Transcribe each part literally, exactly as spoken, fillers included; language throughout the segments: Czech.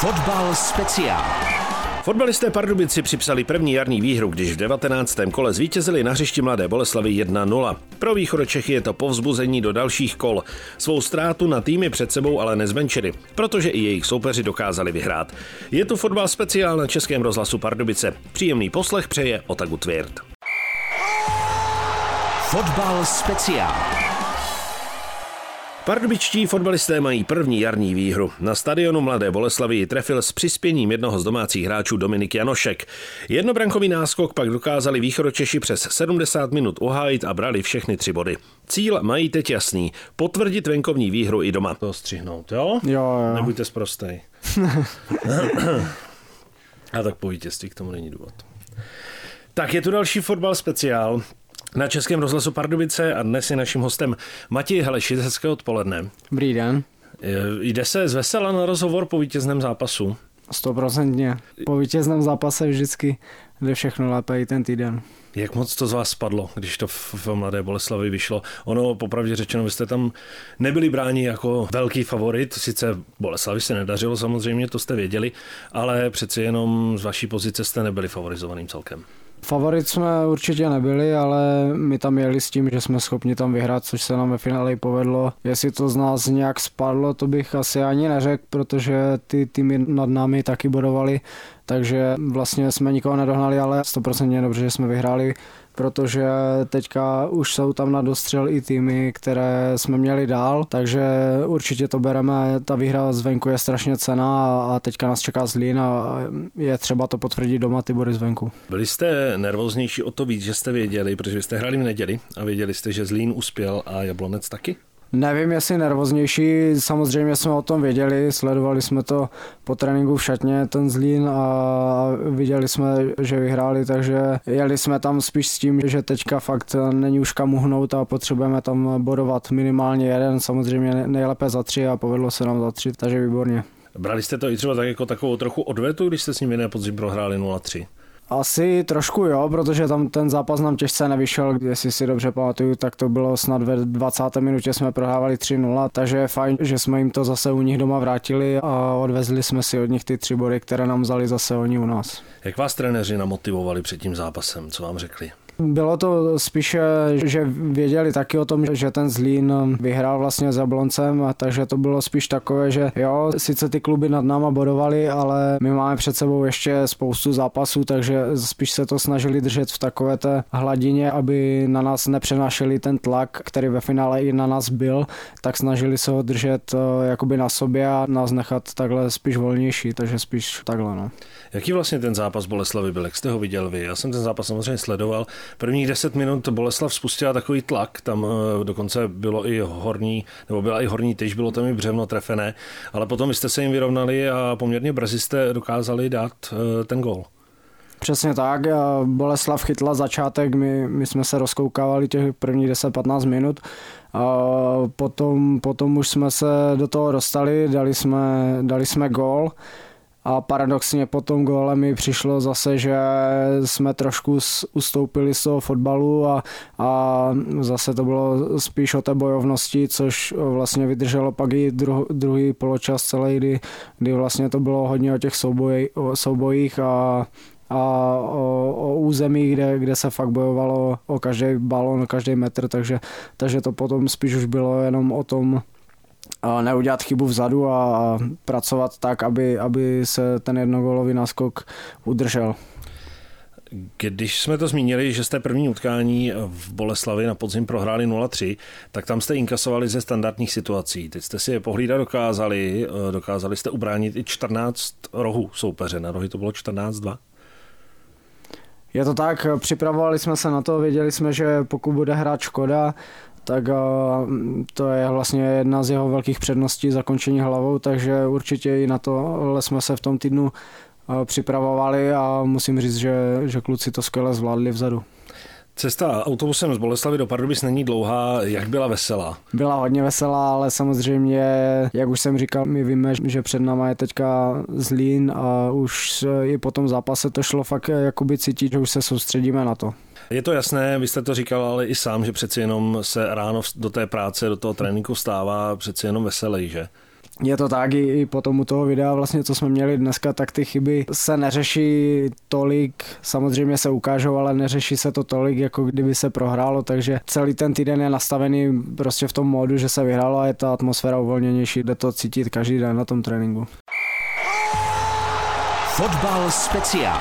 Fotbal speciál. Fotbalisté Pardubic si připsali první jarní výhru, když v devatenáctém kole zvítězili na hřišti Mladé Boleslavi jedna nula. Pro Východočechy je to povzbuzení do dalších kol. Svou ztrátu na týmy před sebou ale nezmenšili, protože i jejich soupeři dokázali vyhrát. Je tu fotbal speciál na Českém rozhlasu Pardubice. Příjemný poslech přeje Otagu Tvěrt. Fotbal speciál. Pardubičtí fotbalisté mají první jarní výhru. Na stadionu Mladé Boleslavy ji trefil s přispěním jednoho z domácích hráčů Dominik Janošek. Jednobrankový náskok pak dokázali Východočeši přes sedmdesát minut uhájit a brali všechny tři body. Cíl mají teď jasný. Potvrdit venkovní výhru i doma. To střihnout, jo? Jo, jo. Nebuďte sprostej. A tak po vítězství k tomu není důvod. Tak je tu další fotbal speciál na Českém rozhlasu Pardubice a dnes je naším hostem Matěj Helešic. Hezké odpoledne. Dobrý den. Jde se zvesela na rozhovor po vítězném zápasu? Stoprocentně. Po vítězném zápase vždycky jde všechno lépe i ten týden. Jak moc to z vás spadlo, když to v Mladé Boleslavi vyšlo? Ono, popravdě řečeno, vy jste tam nebyli bráni jako velký favorit, sice Boleslavi se nedařilo samozřejmě, to jste věděli, ale přeci jenom z vaší pozice jste nebyli favorizovaným celkem. Favorit jsme určitě nebyli, ale my tam jeli s tím, že jsme schopni tam vyhrát, což se nám ve finále povedlo. Jestli to z nás nějak spadlo, to bych asi ani neřekl, protože ty týmy nad námi taky bodovali, takže vlastně jsme nikoho nedohnali, ale stoprocentně dobře, že jsme vyhráli, protože teďka už jsou tam na dostřel i týmy, které jsme měli dál, takže určitě to bereme, ta výhra zvenku je strašně cenná a teďka nás čeká Zlín a je třeba to potvrdit doma, ty body zvenku. Byli jste nervóznější o to víc, že jste věděli, protože jste hráli v neděli a věděli jste, že Zlín uspěl a Jablonec taky? Nevím, jestli nervóznější, samozřejmě jsme o tom věděli, sledovali jsme to po tréninku v šatně, ten Zlín, a viděli jsme, že vyhráli, takže jeli jsme tam spíš s tím, že teďka fakt není už kam uhnout a potřebujeme tam bodovat minimálně jeden, samozřejmě nejlépe za tři a povedlo se nám za tři, takže výborně. Brali jste to i třeba tak jako takovou trochu odvetu, když jste s nimi na podzim prohráli nula tři? Asi trošku jo, protože tam ten zápas nám těžce nevyšel, jestli si dobře pamatuju, tak to bylo snad ve dvacáté minutě jsme prohrávali tři nula, takže je fajn, že jsme jim to zase u nich doma vrátili a odvezli jsme si od nich ty tři body, které nám vzali zase oni u nás. Jak vás trenéři namotivovali před tím zápasem, co vám řekli? Bylo to spíše, že věděli taky o tom, že ten Zlín vyhrál vlastně s Jabloncem, takže to bylo spíš takové, že jo, sice ty kluby nad náma bodovali, ale my máme před sebou ještě spoustu zápasů, takže spíš se to snažili držet v takové té hladině, aby na nás nepřenášeli ten tlak, který ve finále i na nás byl, tak snažili se ho držet jakoby na sobě a nás nechat takhle spíš volnější, takže spíš takhle, no. Jaký vlastně ten zápas Boleslavy byl, jak jste ho viděl vy? Já jsem ten zápas samozřejmě sledoval. Prvních deset minut Boleslav spustila takový tlak, tam dokonce bylo i horní, nebo byla i horní tyč, bylo tam i břevno trefené, ale potom vy jste se jim vyrovnali a poměrně brzy jste dokázali dát ten gól. Přesně tak, Boleslav chytla začátek, my, my jsme se rozkoukávali těch prvních deset patnáct minut, a potom, potom už jsme se do toho dostali, dali jsme, dali jsme gól. A paradoxně po tom góle mi přišlo zase, že jsme trošku ustoupili z toho fotbalu a, a zase to bylo spíš o té bojovnosti, což vlastně vydrželo pak i dru, druhý poločas celý, kdy, kdy vlastně to bylo hodně o těch souboj, o soubojích a, a o, o území, kde, kde se fakt bojovalo o každý balón, o každý metr, takže, takže to potom spíš už bylo jenom o tom, a neudělat chybu vzadu a pracovat tak, aby, aby se ten jednogólový náskok udržel. Když jsme to zmínili, že jste první utkání v Boleslavi na podzim prohráli nula tři, tak tam jste inkasovali ze standardních situací. Teď jste si je pohlídat dokázali, dokázali jste ubránit i čtrnáct rohů soupeře. Na rohy to bylo čtrnáct dva. Je to tak, připravovali jsme se na to, věděli jsme, že pokud bude hrát Škoda, tak to je vlastně jedna z jeho velkých předností zakončení hlavou, takže určitě i na to jsme se v tom týdnu připravovali a musím říct, že, že kluci to skvěle zvládli vzadu. Cesta autobusem z Boleslavy do Pardubic není dlouhá, jak byla veselá? Byla hodně veselá, ale samozřejmě, jak už jsem říkal, my víme, že před náma je teďka Zlín a už i po tom zápase to šlo fakt jakoby cítit, že už se soustředíme na to. Je to jasné, vy jste to říkal, ale i sám, že přeci jenom se ráno do té práce, do toho tréninku stává přeci jenom veselý, že? Je to tak, i, i potom u toho videa vlastně, co jsme měli dneska, tak ty chyby se neřeší tolik, samozřejmě se ukážou, ale neřeší se to tolik, jako kdyby se prohrálo, takže celý ten týden je nastavený prostě v tom módu, že se vyhrálo a je ta atmosféra uvolněnější, jde to cítit každý den na tom tréninku. Fotbal speciál.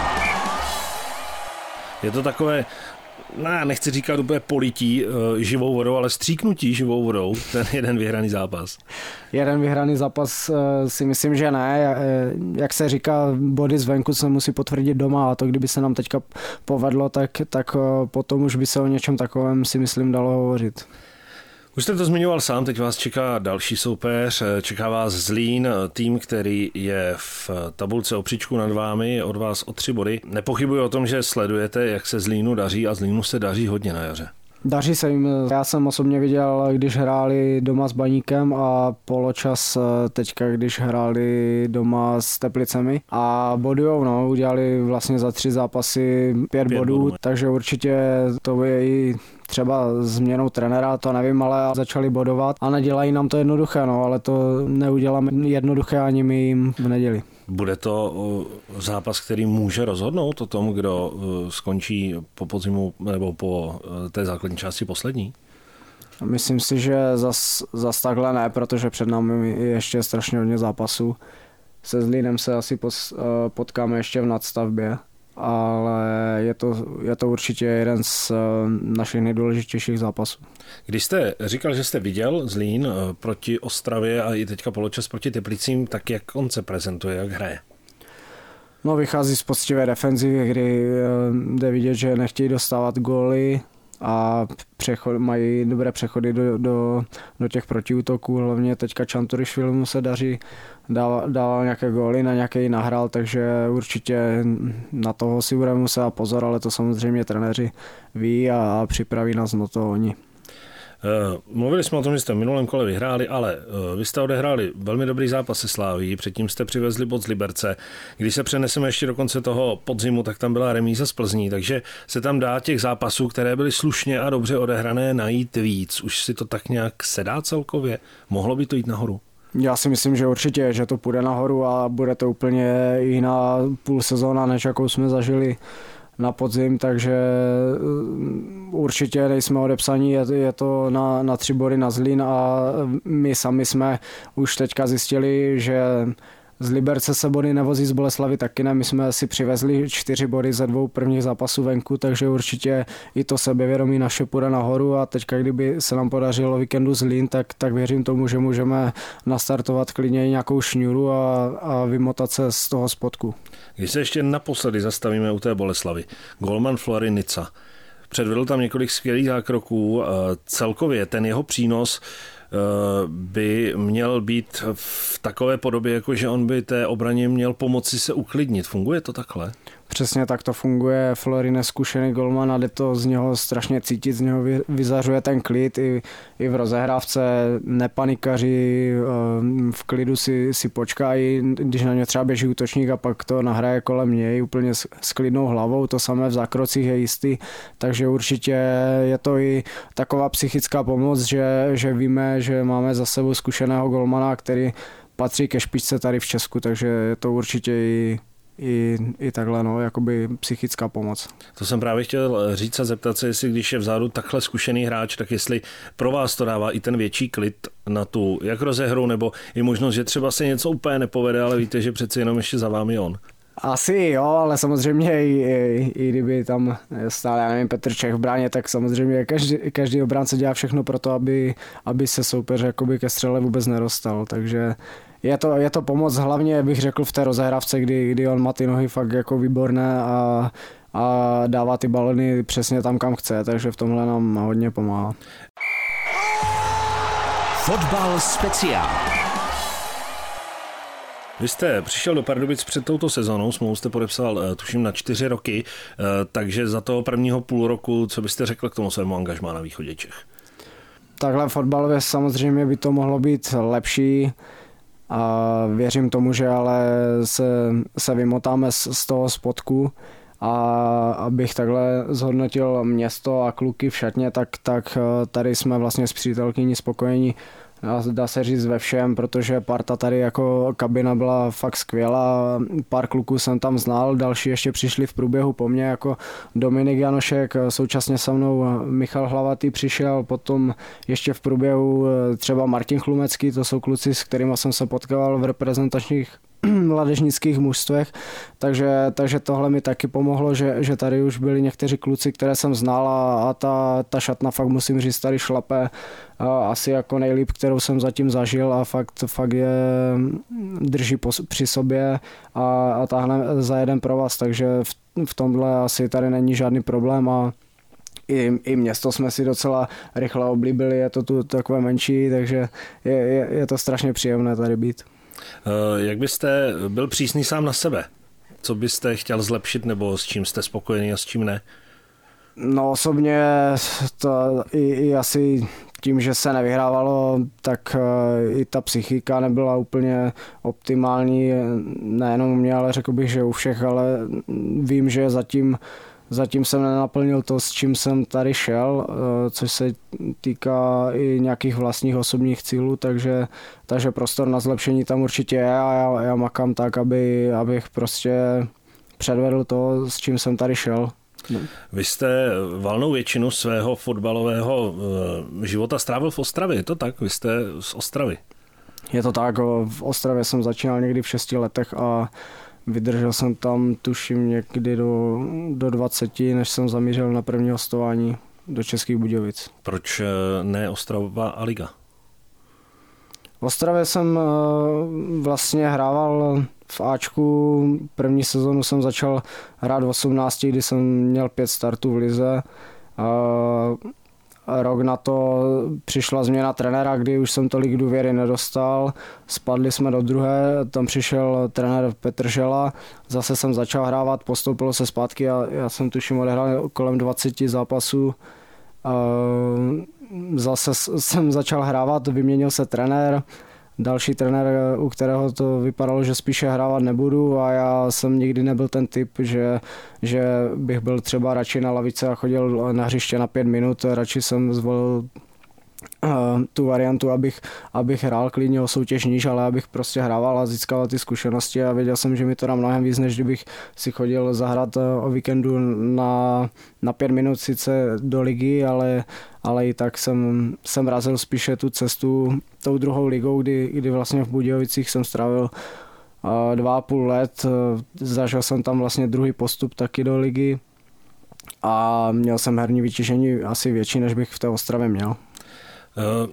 Je to takové, no, nechci říkat úplně polití e, živou vodou, ale stříknutí živou vodou, ten jeden vyhraný zápas. Jeden vyhraný zápas e, si myslím, že ne. E, jak se říká, body zvenku se musí potvrdit doma a to, kdyby se nám teďka povedlo, tak, tak e, potom už by se o něčem takovém si myslím dalo hovořit. Už jste to zmiňoval sám, teď vás čeká další soupeř, čeká vás Zlín, tým, který je v tabulce opříčku nad vámi, od vás o tři body. Nepochybuji o tom, že sledujete, jak se Zlínu daří a Zlínu se daří hodně na jaře. Daří se jim. Já jsem osobně viděl, když hráli doma s Baníkem a poločas teďka, když hráli doma s Teplicemi. A bodujou, no, udělali vlastně za tři zápasy pět, pět bodů, bodů, takže určitě to je i třeba změnou trenéra, to nevím, ale začali bodovat a nedělají nám to jednoduché, no, ale to neuděláme jednoduché ani my jim v neděli. Bude to zápas, který může rozhodnout o tom, kdo skončí po podzimu nebo po té základní části poslední? Myslím si, že zas, zas takhle ne, protože před námi je ještě strašně hodně zápasů. Se Zlínem se asi pos, potkáme ještě v nadstavbě, ale je to, je to určitě jeden z našich nejdůležitějších zápasů. Když jste říkal, že jste viděl Zlín proti Ostravě a i teďka poločas proti Teplicím, tak jak on se prezentuje, jak hraje? No, vychází z poctivé defenzivy, kdy jde vidět, že nechtějí dostávat góly a přechod, mají dobré přechody do, do, do těch protiútoků. Hlavně teďka Čanturišvili mu se daří, dával, dával nějaké góly, na nějaké nahrál, takže určitě na toho si budeme muset pozor, ale to samozřejmě trenéři ví a, a připraví nás na to oni. Mluvili jsme o tom, že jste v minulém kole vyhráli, ale vy jste odehráli velmi dobrý zápas se Slavií, předtím jste přivezli bod z Liberce. Když se přeneseme ještě do konce toho podzimu, tak tam byla remíza z Plzní, takže se tam dá těch zápasů, které byly slušně a dobře odehrané, najít víc. Už si to tak nějak sedá celkově? Mohlo by to jít nahoru? Já si myslím, že určitě, že to půjde nahoru a bude to úplně jiná půl sezóna, než jakou jsme zažili na podzim, takže určitě nejsme odepsaní, je, je to na, na tři body na Zlín a my sami jsme už teďka zjistili, že z Liberce se body nevozí, z Boleslavy taky ne, my jsme si přivezli čtyři body ze dvou prvních zápasů venku, takže určitě i to sebevědomí naše půjde nahoru a teďka, kdyby se nám podařilo víkendu Zlín, tak, tak věřím tomu, že můžeme nastartovat klidně nějakou šňůru a, a vymotat se z toho spodku. Když se ještě naposledy zastavíme u té Boleslavy, golman Flory Nica předvedl tam několik skvělých zákroků, celkově ten jeho přínos by měl být v takové podobě, jako že on by té obraně měl pomoci se uklidnit. Funguje to takhle? Přesně tak to funguje. Flory neskušený golman a jde to z něho strašně cítit, z něho vyzařuje ten klid i, i v rozehrávce, nepanikaří, v klidu si, si počkají, když na ně třeba běží útočník a pak to nahraje kolem něj úplně s, s klidnou hlavou, to samé v zákrocích je jistý, takže určitě je to i taková psychická pomoc, že, že víme, že máme za sebou zkušeného golmana, který patří ke špičce tady v Česku, takže je to určitě i I, i takhle, no, jakoby psychická pomoc. To jsem právě chtěl říct a zeptat se, jestli když je vzadu takhle zkušený hráč, tak jestli pro vás to dává i ten větší klid na tu jak rozehru, nebo i možnost, že třeba se něco úplně nepovede, ale víte, že přeci jenom ještě za vámi on. Asi jo, ale samozřejmě i, i, i kdyby tam stál, já nevím, Petr Čech v bráně, tak samozřejmě každý, každý obránce dělá všechno pro to, aby, aby se soupeř jakoby ke střele vůbec nedostal, takže je to, je to pomoc, hlavně bych řekl v té rozehrávce, kdy, kdy on má ty nohy fakt jako výborné a, a dává ty balony přesně tam, kam chce, takže v tomhle nám hodně pomáhá. Fotbal speciál. Vy jste přišel do Pardubic před touto sezónou, smlouvu jste podepsal tuším na čtyři roky, takže za toho prvního půl roku, co byste řekl k tomu svému angažmá na východě Čech? Takhle fotbalově samozřejmě by to mohlo být lepší a věřím tomu, že ale se, se vymotáme z, z toho spodku a abych takhle zhodnotil město a kluky v šatně, tak, tak tady jsme vlastně s přítelkyní spokojení. dá se říct ve všem, protože parta tady jako kabina byla fakt skvělá, pár kluků jsem tam znal, další ještě přišli v průběhu po mně, jako Dominik Janošek, současně se mnou Michal Hlavatý přišel, potom ještě v průběhu třeba Martin Chlumecký, to jsou kluci, s kterými jsem se potkal v reprezentačních mládežnických mužstvech, takže, takže tohle mi taky pomohlo, že, že tady už byli někteří kluci, které jsem znal a, a ta, ta šatna fakt musím říct tady šlape a asi jako nejlíp, kterou jsem zatím zažil a fakt, fakt je drží po, při sobě a, a táhne za jeden provaz, takže v, v tomhle asi tady není žádný problém a I, i město jsme si docela rychle oblíbili, je to tu takové menší, takže je, je, je to strašně příjemné tady být. Jak byste byl přísný sám na sebe? Co byste chtěl zlepšit nebo s čím jste spokojený a s čím ne? No osobně to i, i asi tím, že se nevyhrávalo, tak i ta psychika nebyla úplně optimální, nejenom u mě, ale řekl bych, že u všech, ale vím, že zatím Zatím jsem nenaplnil to, s čím jsem tady šel, což se týká i nějakých vlastních osobních cílů, takže, takže prostor na zlepšení tam určitě je a já, já makám tak, aby, abych prostě předvedl to, s čím jsem tady šel. Vy jste valnou většinu svého fotbalového života strávil v Ostravě, je to tak? Vy jste z Ostravy. Je to tak, v Ostravě jsem začínal někdy v šesti letech a vydržel jsem tam, tuším, někdy do, do dvaceti, než jsem zamířil na první hostování do Českých Budějovic. Proč ne Ostrava a liga? V Ostravě jsem vlastně hrával v Ačku. První sezonu jsem začal hrát v osmnácti, kdy jsem měl pět startů v lize. Rok na to přišla změna trenéra, kdy už jsem tolik důvěry nedostal. Spadli jsme do druhé, tam přišel trenér Petr Žela. Zase jsem začal hrávat, postoupilo se zpátky a já jsem tuším odehrál kolem dvaceti zápasů. Zase jsem začal hrávat, vyměnil se trenér. Další trenér, u kterého to vypadalo, že spíše hrávat nebudu a já jsem nikdy nebyl ten typ, že, že bych byl třeba radši na lavice a chodil na hřiště na pět minut. Radši jsem zvolil tu variantu, abych, abych hrál klidně o soutěž níž, ale abych prostě hrával a získal ty zkušenosti a věděl jsem, že mi to dá mnohem víc, než kdybych si chodil zahrát o víkendu na, na pět minut sice do ligy, ale, ale i tak jsem, jsem razil spíše tu cestu tou druhou ligou, kdy, kdy vlastně v Budějovicích jsem strávil dva a půl let, zažil jsem tam vlastně druhý postup taky do ligy a měl jsem herní vytížení asi větší, než bych v té Ostravě měl. Uh,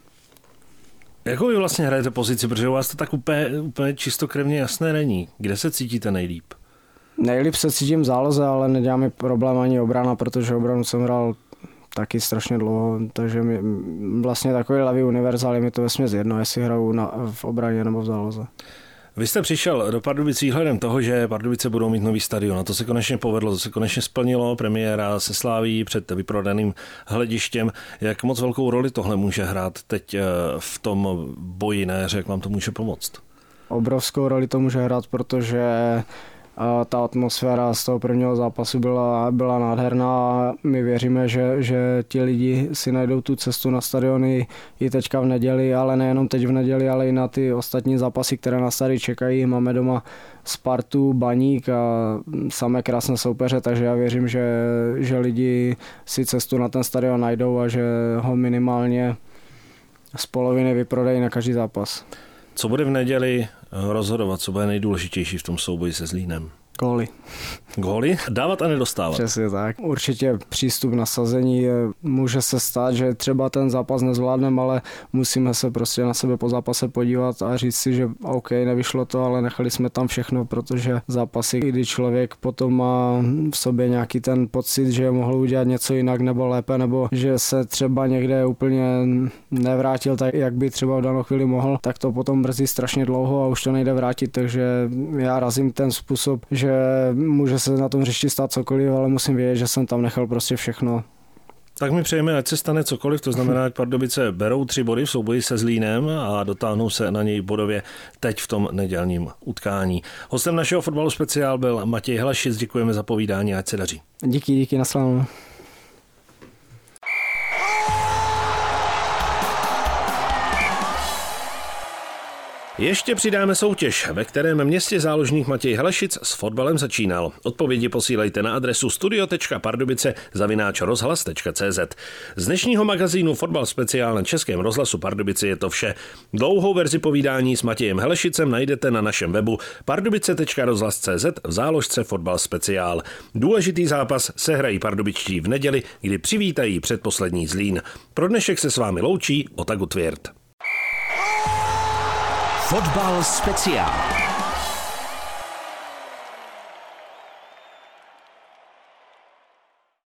jakou vy vlastně hrajete pozici, protože u vás to tak úplně, úplně čistokrevně jasné není. Kde se cítíte nejlíp? Nejlíp se cítím v záloze, ale nedělá mi problém ani obrana, protože obranu jsem hrál taky strašně dlouho, takže mi vlastně takový levý univerzál je mi to vesměs jedno, jestli hraju na, v obraně nebo v záloze. Vy jste přišel do Pardubic výhledem toho, že Pardubice budou mít nový stadion. A to se konečně povedlo, to se konečně splnilo. Premiéra se sláví před vyprodaným hledištěm. Jak moc velkou roli tohle může hrát teď v tom boji na jaře, jak vám to může pomoct? Obrovskou roli to může hrát, protože ta atmosféra z toho prvního zápasu byla, byla nádherná. My věříme, že, že ti lidi si najdou tu cestu na stadiony i teďka v neděli, ale nejenom teď v neděli, ale i na ty ostatní zápasy, které nás tady čekají. Máme doma Spartu, Baník a samé krásné soupeře, takže já věřím, že, že lidi si cestu na ten stadion najdou a že ho minimálně z poloviny vyprodají na každý zápas. Co bude v neděli rozhodovat, co bude nejdůležitější v tom souboji se Zlínem? Góly. Góly? Dávat a nedostávat. Přesně tak. Určitě přístup na sazení. Může se stát, že třeba ten zápas nezvládneme, ale musíme se prostě na sebe po zápase podívat a říct si, že OK, nevyšlo to, ale nechali jsme tam všechno, protože zápasy, kdy člověk potom má v sobě nějaký ten pocit, že mohl udělat něco jinak nebo lépe, nebo že se třeba někde úplně nevrátil tak, jak by třeba v danou chvíli mohl, tak to potom mrzí strašně dlouho a už to nejde vrátit, takže já razím ten způsob, že může se na tom hřišti stát cokoliv, ale musím vědět, že jsem tam nechal prostě všechno. Tak mi přejeme, ať se stane cokoliv, to znamená, že Pardubice berou tři body v souboji se Zlínem a dotáhnou se na něj bodově teď v tom nedělním utkání. Hostem našeho fotbalu speciál byl Matěj Hlašic, děkujeme za povídání a ať se daří. Díky, díky, nasledanou. Ještě přidáme soutěž, ve kterém městě záložník Matěj Helešic s fotbalem začínal. Odpovědi posílejte na adresu studio tečka pardubice zavináč rozhlas tečka cé zet. Z dnešního magazínu Fotbal speciál na Českém rozhlasu Pardubice je to vše. Dlouhou verzi povídání s Matějem Helešicem najdete na našem webu pardubice tečka rozhlas tečka cé zet v záložce Fotbal speciál. Důležitý zápas sehrají pardubičtí v neděli, kdy přivítají předposlední Zlín. Pro dnešek se s vámi loučí Ota Gutwirth. Fotbal speciál.